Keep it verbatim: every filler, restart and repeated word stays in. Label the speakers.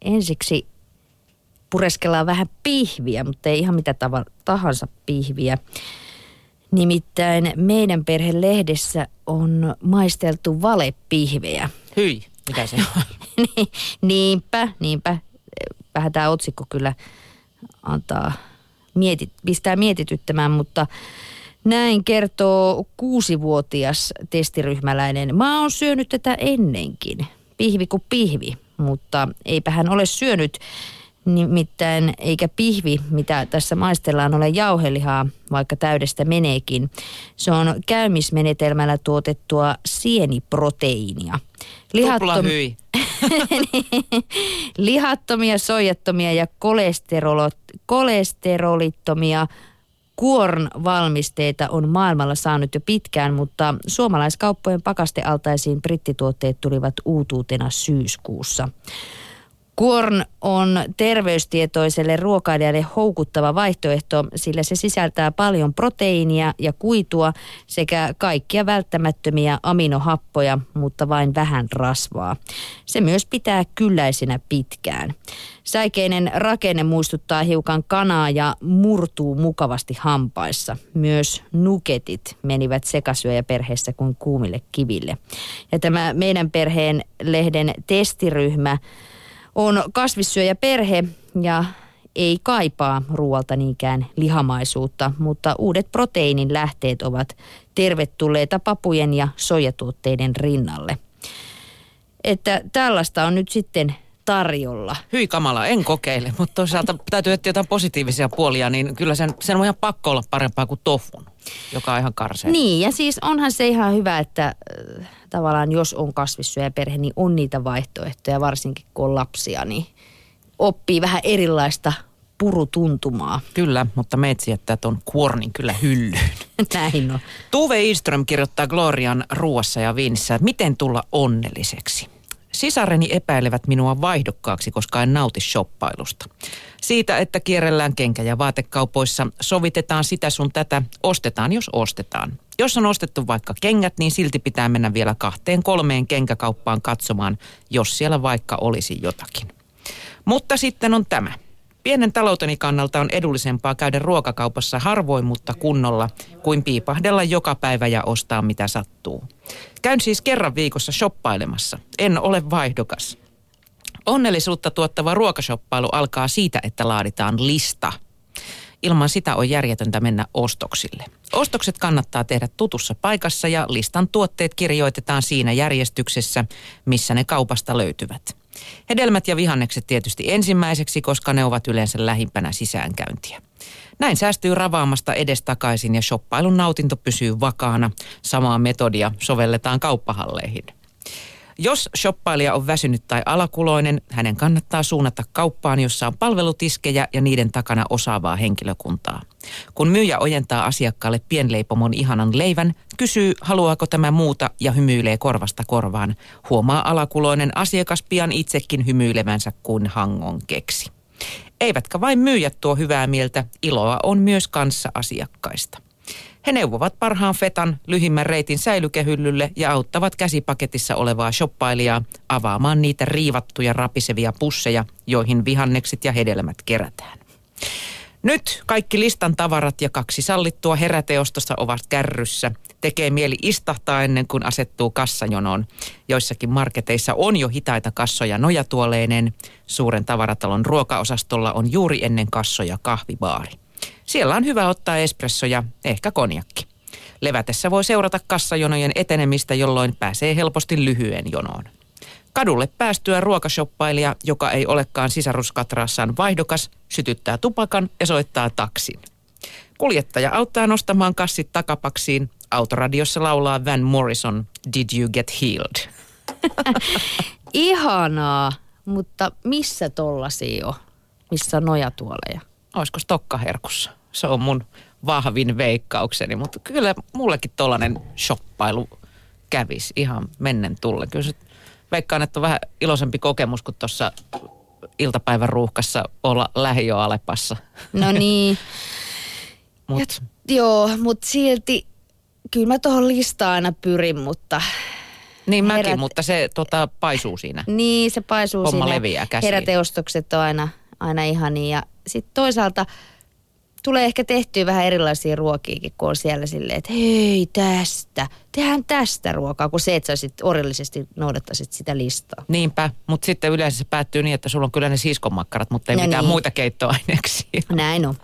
Speaker 1: ensiksi pureskellaan vähän pihviä, mutta ei ihan mitä tava, tahansa pihviä. Nimittäin meidän perhelehdessä on maisteltu valepihvejä.
Speaker 2: Hyi, mitä se on?
Speaker 1: niinpä, niinpä. Vähän tämä otsikko kyllä antaa, mietit, pistää mietityttämään, mutta näin kertoo kuusivuotias testiryhmäläinen. Mä oon syönyt tätä ennenkin, pihvi kuin pihvi, mutta eipä hän ole syönyt. Nimittäin eikä pihvi, mitä tässä maistellaan, ole jauhelihaa, vaikka täydestä meneekin. Se on käymismenetelmällä tuotettua sieniproteiinia.
Speaker 2: Lihattom... Tupla hyi.
Speaker 1: Lihattomia, soijattomia ja kolesterolittomia Quorn-valmisteita on maailmalla saanut jo pitkään, mutta suomalaiskauppojen pakastealtaisiin brittituotteet tulivat uutuutena syyskuussa. Quorn on terveystietoiselle ruokailijalle houkuttava vaihtoehto, sillä se sisältää paljon proteiinia ja kuitua sekä kaikkia välttämättömiä aminohappoja, mutta vain vähän rasvaa. Se myös pitää kylläisenä pitkään. Säikeinen rakenne muistuttaa hiukan kanaa ja murtuu mukavasti hampaissa. Myös nuketit menivät sekasyöjäperheessä kuin kuumille kiville. Ja tämä meidän perheen lehden testiryhmä on kasvissyöjäperhe ja ei kaipaa ruoalta niinkään lihamaisuutta, mutta uudet proteiinin lähteet ovat tervetulleita papujen ja soijatuotteiden rinnalle. Että tällaista on nyt sitten tarjolla.
Speaker 2: Hyi kamala, en kokeile, mutta toisaalta täytyy etsiä jotain positiivisia puolia, niin kyllä sen, sen on ihan pakko olla parempaa kuin tofun, joka on ihan karsea.
Speaker 1: Niin, ja siis onhan se ihan hyvä, että äh, tavallaan jos on kasvissyöjäperhe, niin on niitä vaihtoehtoja, varsinkin kun on lapsia, niin oppii vähän erilaista purutuntumaa.
Speaker 2: Kyllä, mutta meitsi jättää tuon Quornin kyllä hyllyyn.
Speaker 1: Näin on.
Speaker 2: Tuve Iström kirjoittaa Glorian Ruuassa ja viinissä, että miten tulla onnelliseksi. Sisareni epäilevät minua vaihdokkaaksi, koska en nauti shoppailusta. Siitä, että kierrellään kenkä- ja vaatekaupoissa, sovitetaan sitä sun tätä, ostetaan jos ostetaan. Jos on ostettu vaikka kengät, niin silti pitää mennä vielä kahteen kolmeen kenkäkauppaan katsomaan, jos siellä vaikka olisi jotakin. Mutta sitten on tämä. Pienen talouteni kannalta on edullisempaa käydä ruokakaupassa harvoin, mutta kunnolla, kuin piipahdella joka päivä ja ostaa mitä sattuu. Käyn siis kerran viikossa shoppailemassa. En ole vaihdokas. Onnellisuutta tuottava ruokashoppailu alkaa siitä, että laaditaan lista. Ilman sitä on järjetöntä mennä ostoksille. Ostokset kannattaa tehdä tutussa paikassa ja listan tuotteet kirjoitetaan siinä järjestyksessä, missä ne kaupasta löytyvät. Hedelmät ja vihannekset tietysti ensimmäiseksi, koska ne ovat yleensä lähimpänä sisäänkäyntiä. Näin säästyy ravaamasta edestakaisin ja shoppailun nautinto pysyy vakaana. Samaa metodia sovelletaan kauppahalleihin. Jos shoppailija on väsynyt tai alakuloinen, hänen kannattaa suunnata kauppaan, jossa on palvelutiskejä ja niiden takana osaavaa henkilökuntaa. Kun myyjä ojentaa asiakkaalle pienleipomon ihanan leivän, kysyy, haluaako tämä muuta ja hymyilee korvasta korvaan. Huomaa alakuloinen asiakas pian itsekin hymyilevänsä kuin hangon keksi. Eivätkä vain myyjät tuo hyvää mieltä, iloa on myös kanssa-asiakkaista. He neuvovat parhaan fetan lyhimmän reitin säilykehyllylle ja auttavat käsipaketissa olevaa shoppailijaa avaamaan niitä riivattuja rapisevia pusseja, joihin vihannekset ja hedelmät kerätään. Nyt kaikki listan tavarat ja kaksi sallittua heräteostosta ovat kärryssä. Tekee mieli istahtaa ennen kuin asettuu kassajonoon. Joissakin marketeissa on jo hitaita kassoja nojatuoleineen. Suuren tavaratalon ruokaosastolla on juuri ennen kassoja kahvibaari. Siellä on hyvä ottaa espresso ja ehkä konjakki. Levätessä voi seurata kassajonojen etenemistä, jolloin pääsee helposti lyhyen jonoon. Kadulle päästyä ruokashoppailija, joka ei olekaan sisaruskatraassaan vaihdokas, sytyttää tupakan ja soittaa taksin. Kuljettaja auttaa nostamaan kassit takapaksiin. Autoradiossa laulaa Van Morrison, Did You Get Healed?
Speaker 1: Ihanaa, mutta missä tollasia on? Missä on nojatuoleja?
Speaker 2: Olisiko stokkaherkussa? Se on mun vahvin veikkaukseni, mutta kyllä mullekin tollainen shoppailu kävisi ihan mennen tulle. Kyllä se veikkaan, että on vähän iloisempi kokemus kuin tuossa iltapäivän ruuhkassa olla lähiöalepassa.
Speaker 1: No niin.
Speaker 2: Mut.
Speaker 1: Ja, joo, mutta silti kyllä mä tuohon listaan aina pyrin, mutta
Speaker 2: Niin mäkin,
Speaker 1: herät...
Speaker 2: mutta se tota, paisuu siinä.
Speaker 1: Niin, se paisuu
Speaker 2: Homma
Speaker 1: siinä.
Speaker 2: leviää käsiin.
Speaker 1: Heräteostokset on aina, aina ihania. Ja sitten toisaalta tulee ehkä tehtyä vähän erilaisia ruokiakin, kun on siellä silleen, että hei tästä, tehdään tästä ruokaa, kun se, että sä sit orjallisesti noudattaisit sitä listaa.
Speaker 2: Niinpä, mutta sitten yleensä se päättyy niin, että sulla on kyllä ne siiskonmakkarat, mutta ei
Speaker 1: no
Speaker 2: mitään
Speaker 1: niin.
Speaker 2: muita keittoaineksia.
Speaker 1: Näin on.